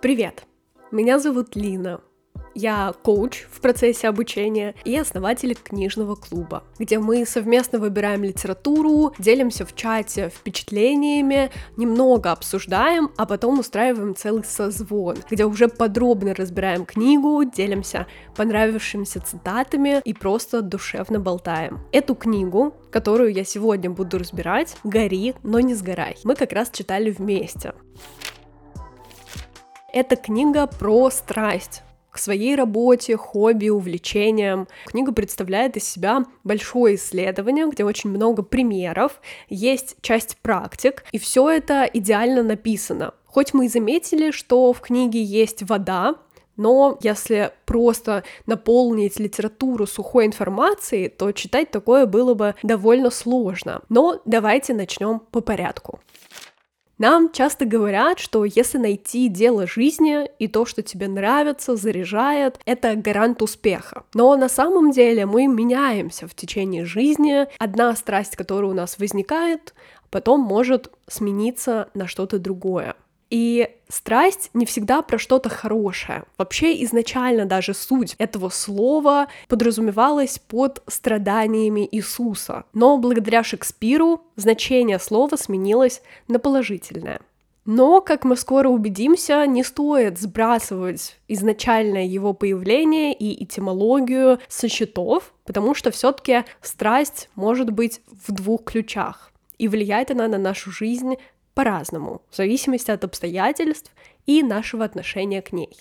Привет! Меня зовут Лина. Я коуч в процессе обучения и основатель книжного клуба, где мы совместно выбираем литературу, делимся в чате впечатлениями, немного обсуждаем, а потом устраиваем целый созвон, где уже подробно разбираем книгу, делимся понравившимися цитатами и просто душевно болтаем. Эту книгу, которую я сегодня буду разбирать, «Гори, но не сгорай», мы как раз читали вместе. Это книга про страсть к своей работе, хобби, увлечениям. Книга представляет из себя большое исследование, где очень много примеров, есть часть практик, и все это идеально написано. Хоть мы и заметили, что в книге есть вода, но если просто наполнить литературу сухой информацией, то читать такое было бы довольно сложно. Но давайте начнем по порядку. Нам часто говорят, что если найти дело жизни и то, что тебе нравится, заряжает, это гарант успеха. Но на самом деле мы меняемся в течение жизни. Одна страсть, которая у нас возникает, потом может смениться на что-то другое. И страсть не всегда про что-то хорошее. Вообще изначально даже суть этого слова подразумевалась под страданиями Иисуса. Но благодаря Шекспиру значение слова сменилось на положительное. Но, как мы скоро убедимся, не стоит сбрасывать изначальное его появление и этимологию со счетов, потому что все-таки страсть может быть в двух ключах, и влияет она на нашу жизнь по-разному, в зависимости от обстоятельств и нашего отношения к ней.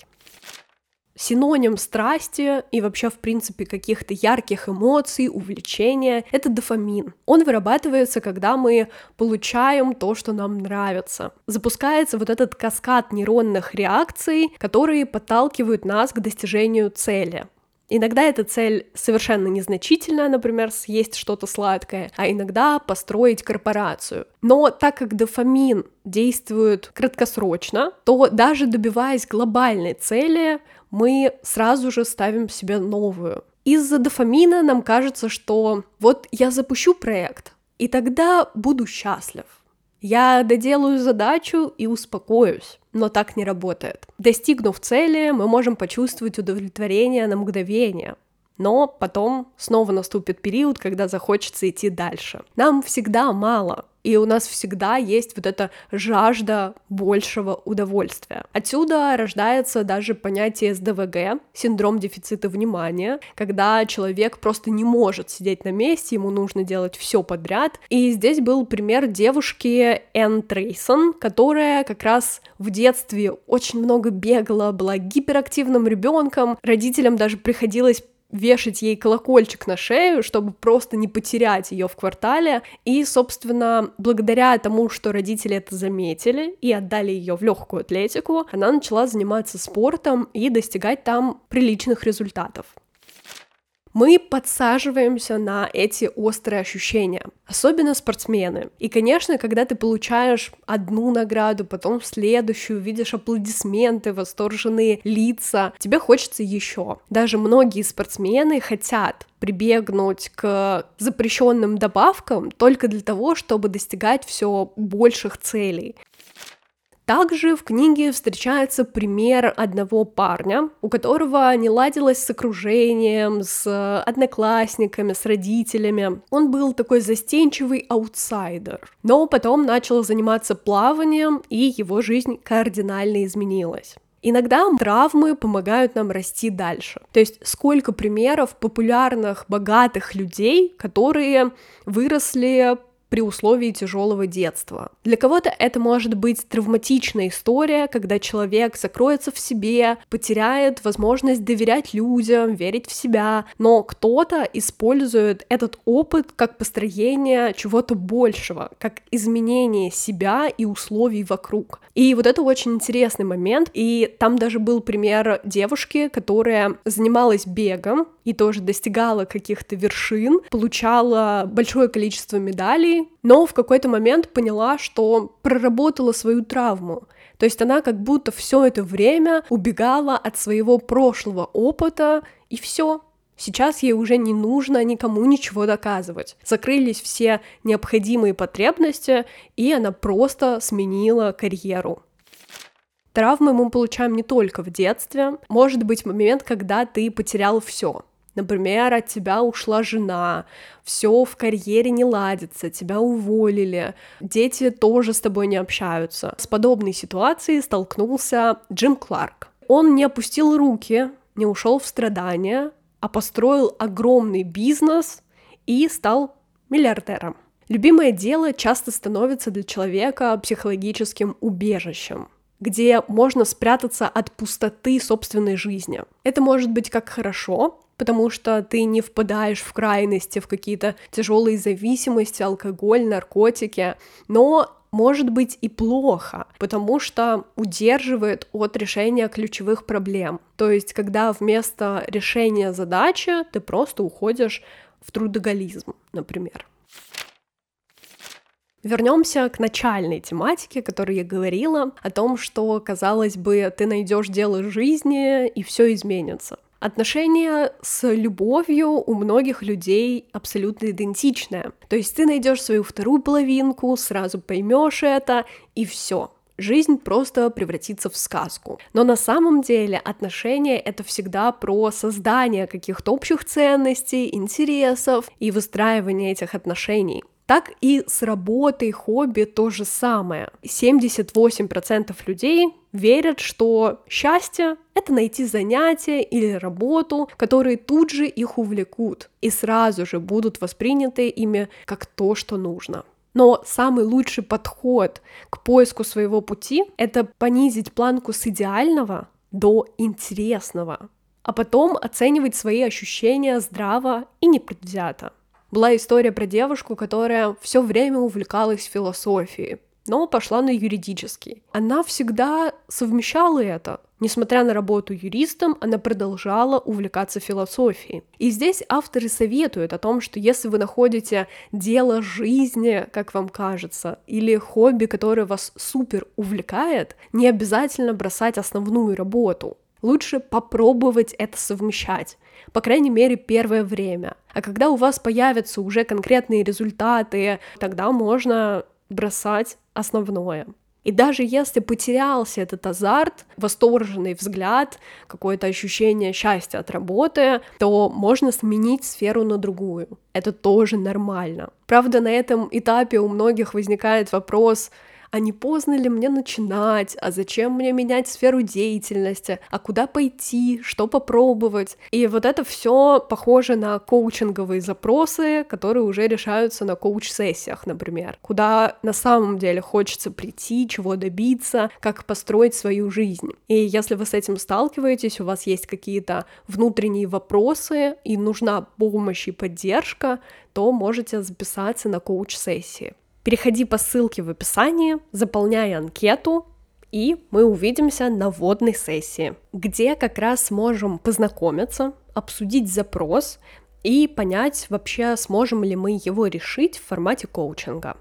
Синоним страсти и вообще, в принципе, каких-то ярких эмоций, увлечения — это дофамин. Он вырабатывается, когда мы получаем то, что нам нравится. Запускается вот этот каскад нейронных реакций, которые подталкивают нас к достижению цели. Иногда эта цель совершенно незначительная, например, съесть что-то сладкое, а иногда построить корпорацию. Но так как дофамин действует краткосрочно, то даже добиваясь глобальной цели, мы сразу же ставим себе новую. Из-за дофамина нам кажется, что вот я запущу проект, и тогда буду счастлив. Я доделаю задачу и успокоюсь. Но так не работает. Достигнув цели, мы можем почувствовать удовлетворение на мгновение, но потом снова наступит период, когда захочется идти дальше. Нам всегда мало, и у нас всегда есть вот эта жажда большего удовольствия. Отсюда рождается даже понятие СДВГ, синдром дефицита внимания, когда человек просто не может сидеть на месте, ему нужно делать все подряд. И здесь был пример девушки Энн Трейсон, которая как раз в детстве очень много бегала, была гиперактивным ребенком, родителям даже приходилось вешать ей колокольчик на шею, чтобы просто не потерять ее в квартале. И, собственно, благодаря тому, что родители это заметили и отдали ее в легкую атлетику, она начала заниматься спортом и достигать там приличных результатов. Мы подсаживаемся на эти острые ощущения, особенно спортсмены. И, конечно, когда ты получаешь одну награду, потом следующую, видишь аплодисменты, восторженные лица, тебе хочется еще. Даже многие спортсмены хотят прибегнуть к запрещенным добавкам только для того, чтобы достигать все больших целей. Также в книге встречается пример одного парня, у которого не ладилось с окружением, с одноклассниками, с родителями. Он был такой застенчивый аутсайдер, но потом начал заниматься плаванием, и его жизнь кардинально изменилась. Иногда травмы помогают нам расти дальше. То есть сколько примеров популярных, богатых людей, которые выросли при условии тяжелого детства. Для кого-то это может быть травматичная история, когда человек закроется в себе, потеряет возможность доверять людям, верить в себя, но кто-то использует этот опыт как построение чего-то большего, как изменение себя и условий вокруг. И вот это очень интересный момент, и там даже был пример девушки, которая занималась бегом и тоже достигала каких-то вершин, получала большое количество медалей, но в какой-то момент поняла, что проработала свою травму. То есть она как будто все это время убегала от своего прошлого опыта, и все. Сейчас ей уже не нужно никому ничего доказывать. Закрылись все необходимые потребности, и она просто сменила карьеру. Травмы мы получаем не только в детстве. Может быть момент, когда ты потерял все. Например, от тебя ушла жена, все в карьере не ладится, тебя уволили, дети тоже с тобой не общаются. С подобной ситуацией столкнулся Джим Кларк. Он не опустил руки, не ушел в страдания, а построил огромный бизнес и стал миллиардером. Любимое дело часто становится для человека психологическим убежищем, где можно спрятаться от пустоты собственной жизни. Это может быть как хорошо, потому что ты не впадаешь в крайности, в какие-то тяжелые зависимости, алкоголь, наркотики, но может быть и плохо, потому что удерживает от решения ключевых проблем. То есть, когда вместо решения задачи ты просто уходишь в трудоголизм, например. Вернемся к начальной тематике, о которой я говорила, о том, что, казалось бы, ты найдешь дело жизни, и все изменится. Отношение с любовью у многих людей абсолютно идентичное. То есть ты найдешь свою вторую половинку, сразу поймешь это, и все. Жизнь просто превратится в сказку. Но на самом деле отношения — это всегда про создание каких-то общих ценностей, интересов и выстраивание этих отношений. Так и с работой, хобби то же самое. 78% людей верят, что счастье — это найти занятие или работу, которые тут же их увлекут и сразу же будут восприняты ими как то, что нужно. Но самый лучший подход к поиску своего пути — это понизить планку с идеального до интересного, а потом оценивать свои ощущения здраво и непредвзято. Была история про девушку, которая все время увлекалась философией, но пошла на юридический. Она всегда совмещала это. Несмотря на работу юристом, она продолжала увлекаться философией. И здесь авторы советуют о том, что если вы находите дело жизни, как вам кажется, или хобби, которое вас супер увлекает, не обязательно бросать основную работу. Лучше попробовать это совмещать, по крайней мере, первое время. А когда у вас появятся уже конкретные результаты, тогда можно бросать основное. И даже если потерялся этот азарт, восторженный взгляд, какое-то ощущение счастья от работы, то можно сменить сферу на другую. Это тоже нормально. Правда, на этом этапе у многих возникает вопрос: а не поздно ли мне начинать, а зачем мне менять сферу деятельности, а куда пойти, что попробовать. И вот это все похоже на коучинговые запросы, которые уже решаются на коуч-сессиях, например, куда на самом деле хочется прийти, чего добиться, как построить свою жизнь. И если вы с этим сталкиваетесь, у вас есть какие-то внутренние вопросы и нужна помощь и поддержка, то можете записаться на коуч-сессии. Переходи по ссылке в описании, заполняй анкету, и мы увидимся на вводной сессии, где как раз сможем познакомиться, обсудить запрос и понять вообще, сможем ли мы его решить в формате коучинга.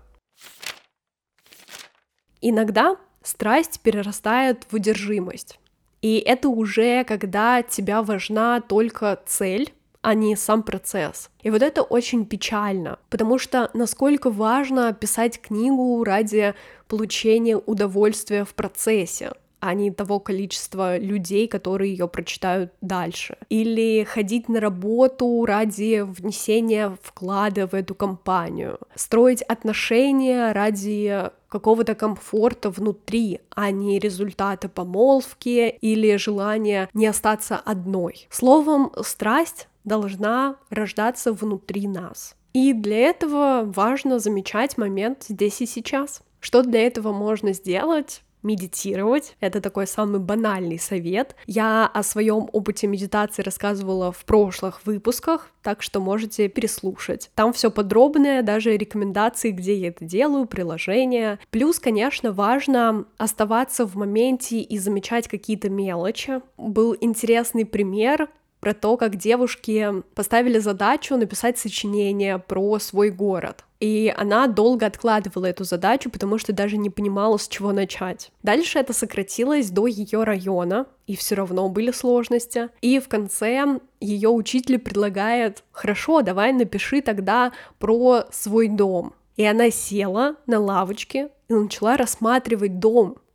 Иногда страсть перерастает в одержимость, и это уже когда тебя важна только цель, а не сам процесс. И вот это очень печально, потому что насколько важно писать книгу ради получения удовольствия в процессе, а не того количества людей, которые ее прочитают дальше. Или ходить на работу ради внесения вклада в эту компанию. Строить отношения ради какого-то комфорта внутри, а не результата помолвки или желания не остаться одной. Словом, страсть должна рождаться внутри нас. И для этого важно замечать момент здесь и сейчас. Что для этого можно сделать? Медитировать. Это такой самый банальный совет. Я о своем опыте медитации рассказывала в прошлых выпусках, так что можете переслушать. Там все подробное, даже рекомендации, где я это делаю, приложения. Плюс, конечно, важно оставаться в моменте и замечать какие-то мелочи. Был интересный пример про то, как девушки поставили задачу написать сочинение про свой город. И она долго откладывала эту задачу, потому что даже не понимала, с чего начать. Дальше это сократилось до ее района, и все равно были сложности. И в конце ее учитель предлагает: хорошо, давай напиши тогда про свой дом. И она села на лавочке и начала рассматривать дом.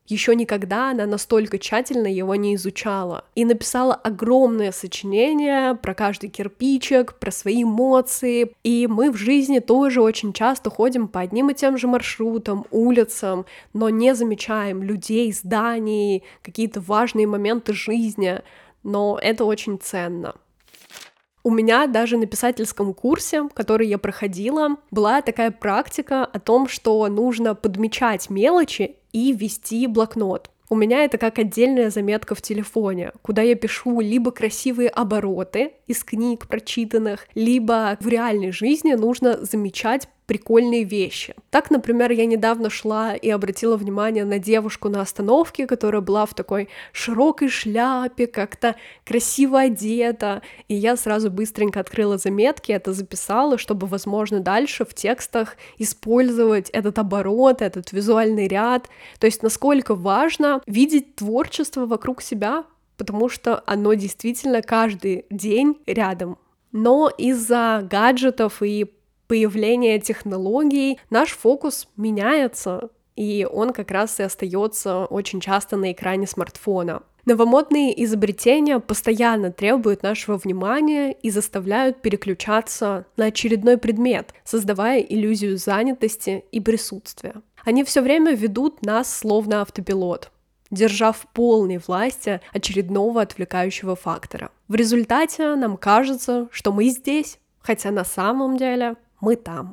Еще никогда она настолько тщательно его не изучала и написала огромное сочинение про каждый кирпичик, про свои эмоции. И мы в жизни тоже очень часто ходим по одним и тем же маршрутам, улицам, но не замечаем людей, зданий, какие-то важные моменты жизни. Но это очень ценно. У меня даже на писательском курсе, который я проходила, была такая практика о том, что нужно подмечать мелочи и вести блокнот. У меня это как отдельная заметка в телефоне, куда я пишу либо красивые обороты из книг прочитанных, либо в реальной жизни нужно замечать прикольные вещи. Так, например, я недавно шла и обратила внимание на девушку на остановке, которая была в такой широкой шляпе, как-то красиво одета, и я сразу быстренько открыла заметки, это записала, чтобы, возможно, дальше в текстах использовать этот оборот, этот визуальный ряд. То есть насколько важно видеть творчество вокруг себя, потому что оно действительно каждый день рядом. Но из-за гаджетов и появления технологий наш фокус меняется, и он как раз и остается очень часто на экране смартфона. Новомодные изобретения постоянно требуют нашего внимания и заставляют переключаться на очередной предмет, создавая иллюзию занятости и присутствия. Они все время ведут нас словно автопилот, держа в полной власти очередного отвлекающего фактора. В результате нам кажется, что мы здесь, хотя на самом деле мы там.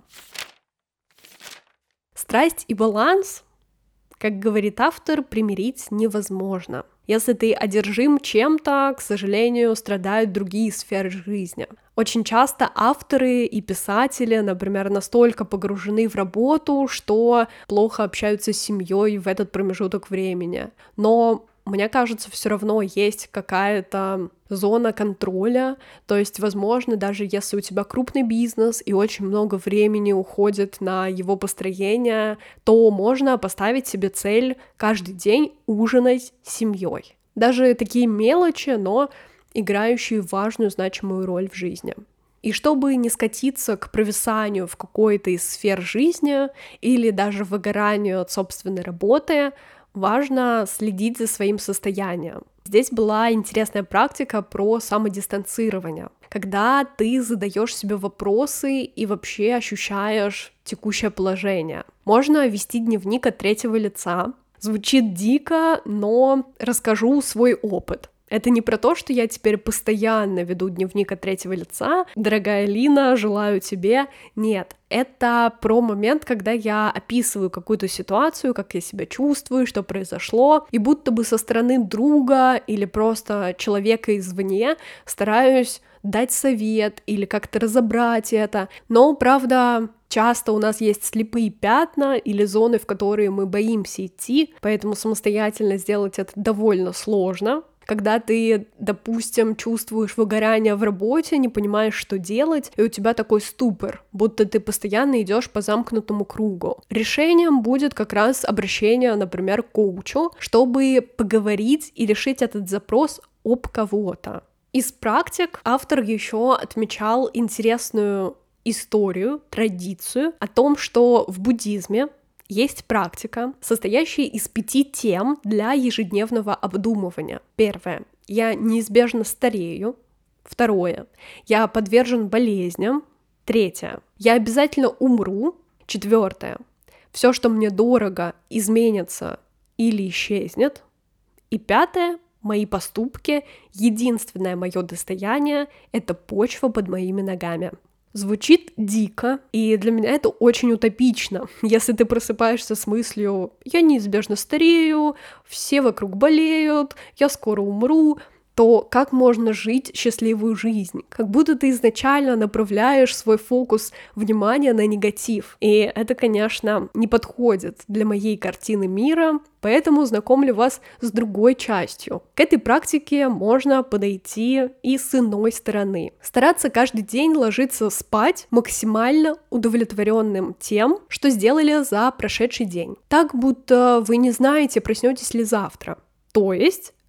Страсть и баланс, как говорит автор, примирить невозможно. Если ты одержим чем-то, к сожалению, страдают другие сферы жизни. Очень часто авторы и писатели, например, настолько погружены в работу, что плохо общаются с семьей в этот промежуток времени. Но мне кажется, все равно есть какая-то зона контроля, то есть, возможно, даже если у тебя крупный бизнес и очень много времени уходит на его построение, то можно поставить себе цель каждый день ужинать с семьей. Даже такие мелочи, но играющие важную, значимую роль в жизни. И чтобы не скатиться к провисанию в какой-то из сфер жизни или даже выгоранию от собственной работы, важно следить за своим состоянием. Здесь была интересная практика про самодистанцирование, когда ты задаешь себе вопросы и вообще ощущаешь текущее положение. Можно вести дневник от третьего лица. Звучит дико, но расскажу свой опыт. Это не про то, что я теперь постоянно веду дневник от третьего лица. Дорогая Лина, желаю тебе. Нет, это про момент, когда я описываю какую-то ситуацию, как я себя чувствую, что произошло, и будто бы со стороны друга или просто человека извне стараюсь дать совет или как-то разобрать это. Но, правда, часто у нас есть слепые пятна или зоны, в которые мы боимся идти, поэтому самостоятельно сделать это довольно сложно. Когда ты, допустим, чувствуешь выгорание в работе, не понимаешь, что делать, и у тебя такой ступор, будто ты постоянно идешь по замкнутому кругу. Решением будет как раз обращение, например, к коучу, чтобы поговорить и решить этот запрос об кого-то. Из практик автор еще отмечал интересную историю, традицию о том, что в буддизме есть практика, состоящая из 5 тем для ежедневного обдумывания. Первое. Я неизбежно старею. Второе. Я подвержен болезням. Третье. Я обязательно умру. Четвертое. Все, что мне дорого, изменится или исчезнет. И пятое. Мои поступки, единственное мое достояние — это почва под моими ногами. Звучит дико, и для меня это очень утопично. Если ты просыпаешься с мыслью «я неизбежно старею», «все вокруг болеют», «я скоро умру», то как можно жить счастливую жизнь? Как будто ты изначально направляешь свой фокус внимания на негатив. И это, конечно, не подходит для моей картины мира, поэтому знакомлю вас с другой частью. К этой практике можно подойти и с иной стороны. Стараться каждый день ложиться спать максимально удовлетворенным тем, что сделали за прошедший день. Так, будто вы не знаете, проснетесь ли завтра. То есть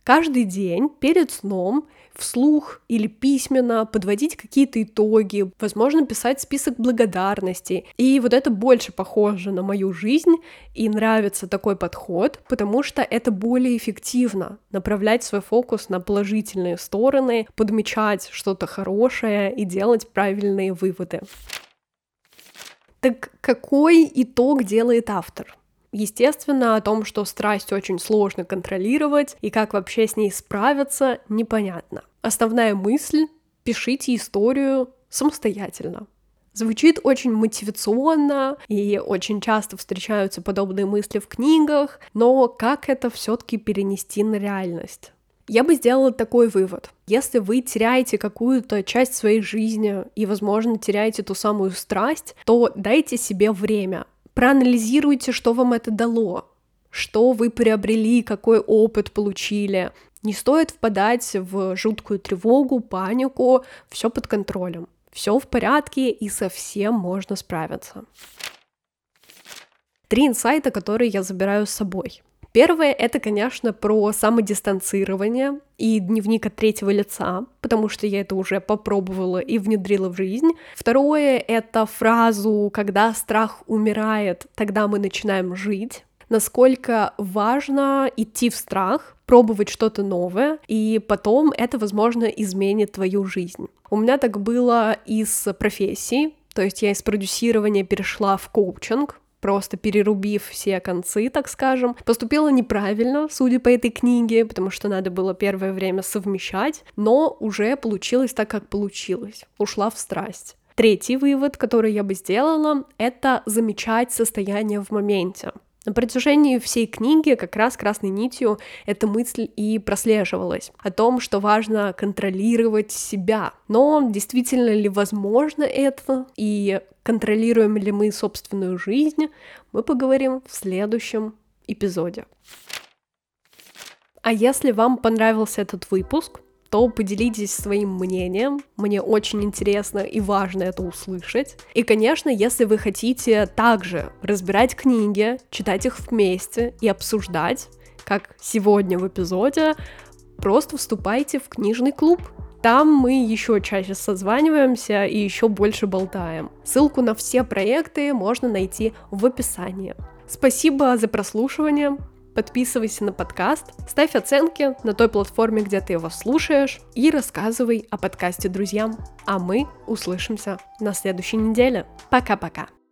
Каждый день перед сном вслух или письменно подводить какие-то итоги, возможно, писать список благодарностей. И вот это больше похоже на мою жизнь, и нравится такой подход, потому что это более эффективно — направлять свой фокус на положительные стороны, подмечать что-то хорошее и делать правильные выводы. Так какой итог делает автор? Естественно, о том, что страсть очень сложно контролировать и как вообще с ней справиться, непонятно. Основная мысль — пишите историю самостоятельно. Звучит очень мотивационно, и очень часто встречаются подобные мысли в книгах, но как это все-таки перенести на реальность? Я бы сделала такой вывод. Если вы теряете какую-то часть своей жизни и, возможно, теряете ту самую страсть, то дайте себе время. Проанализируйте, что вам это дало, что вы приобрели, какой опыт получили. Не стоит впадать в жуткую тревогу, панику, все под контролем. Все в порядке и со всем можно справиться. 3 инсайта, которые я забираю с собой. Первое — это, конечно, про самодистанцирование и дневник от третьего лица, потому что я это уже попробовала и внедрила в жизнь. Второе — это фразу «когда страх умирает, тогда мы начинаем жить». Насколько важно идти в страх, пробовать что-то новое, и потом это, возможно, изменит твою жизнь. У меня так было из профессий, то есть я из продюсирования перешла в коучинг, просто перерубив все концы, так скажем. Поступила неправильно, судя по этой книге, потому что надо было первое время совмещать, но уже получилось так, как получилось. Ушла в страсть. 3-й вывод, который я бы сделала, это замечать состояние в моменте. На протяжении всей книги как раз красной нитью эта мысль и прослеживалась о том, что важно контролировать себя. Но действительно ли возможно это и контролируем ли мы собственную жизнь, мы поговорим в следующем эпизоде. А если вам понравился этот выпуск, то поделитесь своим мнением, мне очень интересно и важно это услышать. И, конечно, если вы хотите также разбирать книги, читать их вместе и обсуждать, как сегодня в эпизоде, просто вступайте в книжный клуб. Там мы еще чаще созваниваемся и еще больше болтаем. Ссылку на все проекты можно найти в описании. Спасибо за прослушивание. Подписывайся на подкаст, ставь оценки на той платформе, где ты его слушаешь, и рассказывай о подкасте друзьям. А мы услышимся на следующей неделе. Пока-пока!